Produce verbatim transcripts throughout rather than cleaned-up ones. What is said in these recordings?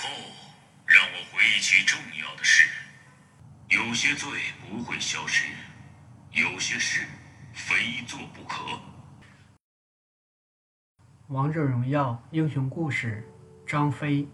后，让我回忆起重要的事。有些罪不会消失，有些事非做不可。 王者荣耀英雄故事，张飞。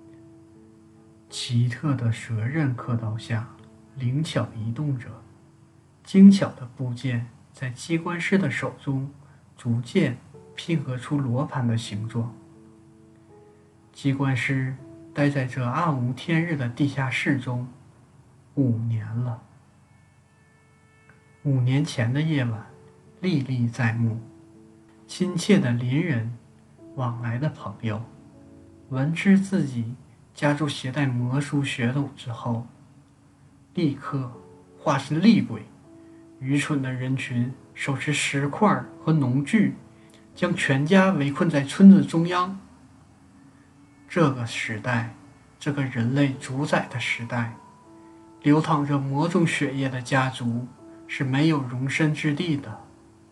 奇特的蛇刃刻刀下，灵巧移动着，精巧的部件在机关师的手中逐渐拼合出罗盘的形状。机关师待在这暗无天日的地下室中五年了。五年前的夜晚历历在目，亲切的邻人，往来的朋友，闻知自己家中携带魔术血统之后，立刻化身厉鬼。愚蠢的人群手持石块和农具，将全家围困在村子中央。这个时代，这个人类主宰的时代，流淌着魔种血液的家族是没有容身之地的。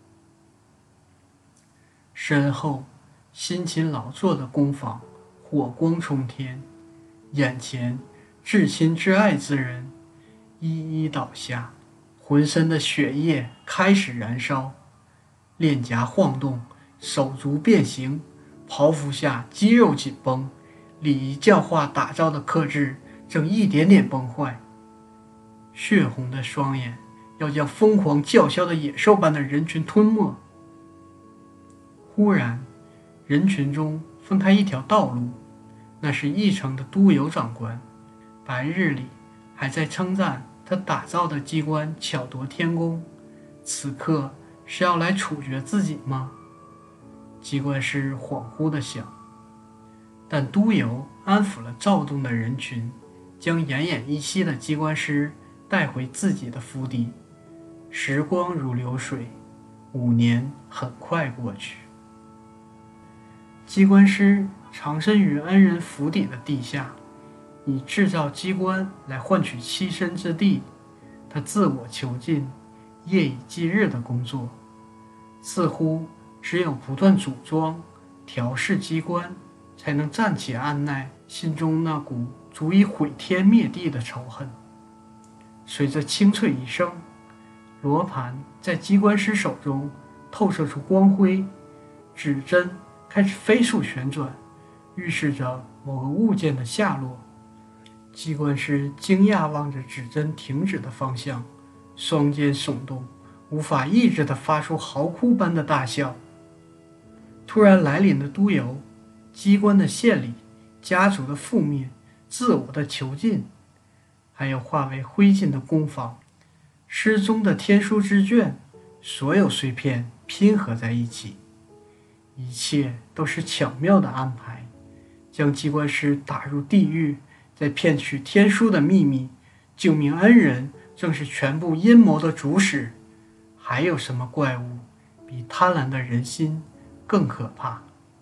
身后辛勤劳作的工坊火光冲天，眼前至亲至爱之人一一倒下，浑身的血液开始燃烧，脸颊晃动，手足变形，袍服下肌肉紧绷，礼仪教化打造的克制正一点点崩坏。血红的双眼要将疯狂叫嚣的野兽般的人群吞没。忽然，人群中分开一条道路，那是义城的都邮长官，白日里还在称赞他打造的机关巧夺天工，此刻是要来处决自己吗？机关师恍惚地想。但都邮安抚了躁动的人群，将奄奄一息的机关师带回自己的府邸。时光如流水，五年很快过去。机关师藏身于恩人府邸的地下，以制造机关来换取栖身之地。他自我囚禁，夜以继日的工作，似乎只有不断组装调试机关，才能暂且按耐心中那股足以毁天灭地的仇恨。随着清脆一声，罗盘在机关师手中透射出光辉，指针开始飞速旋转，预示着某个物件的下落。机关师惊讶望着指针停止的方向，双肩耸动，无法抑制地发出嚎哭般的大笑。突然来临的都邮，机关的献礼，家族的覆灭，自我的囚禁，还有化为灰烬的工坊，失踪的天书之卷，所有碎片拼合在一起，一切都是巧妙的安排，将机关师打入地狱，再骗取天书的秘密。救命恩人正是全部阴谋的主使。还有什么怪物比贪婪的人心更可怕？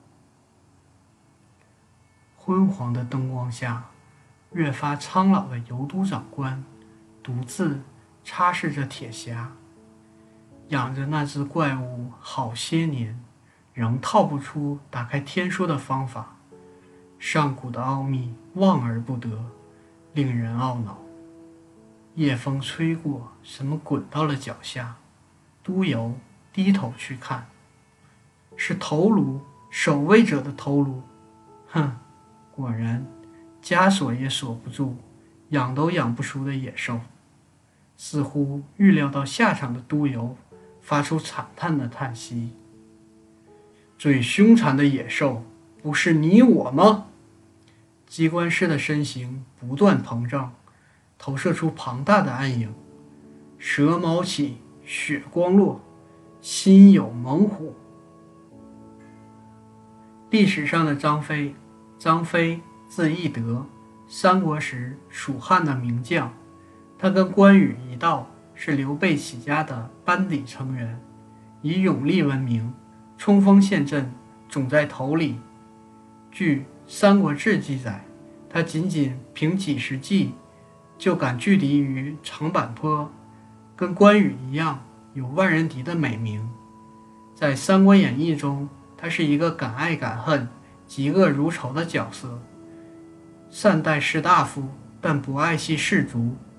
昏黄的灯光下，越发苍老的邮都长官独自擦拭着铁匣，养着那只怪物好些年，仍套不出打开天书的方法。上古的奥秘望而不得，令人懊恼。夜风吹过，什么滚到了脚下。都邮低头去看，是头颅，守卫者的头颅。哼，果然枷锁也锁不住，养都养不熟的野兽。似乎预料到下场的都邮发出惨叹的叹息。最凶残的野兽，不是你我吗？机关师的身形不断膨胀，投射出庞大的暗影。蛇毛起，血光落，心有猛虎。历史上的张飞，张飞字翼德，三国时蜀汉的名将。他跟关羽一道，是刘备起家的班底成员，以勇力闻名，冲锋陷阵，种在头里。据《三国志》记载，他仅仅凭几十骑就敢拒敌于长坂坡，跟关羽一样有万人敌的美名。在《三国演义》中，他是一个敢爱敢恨、嫉恶如仇的角色。 善待士大夫，但不爱惜士卒，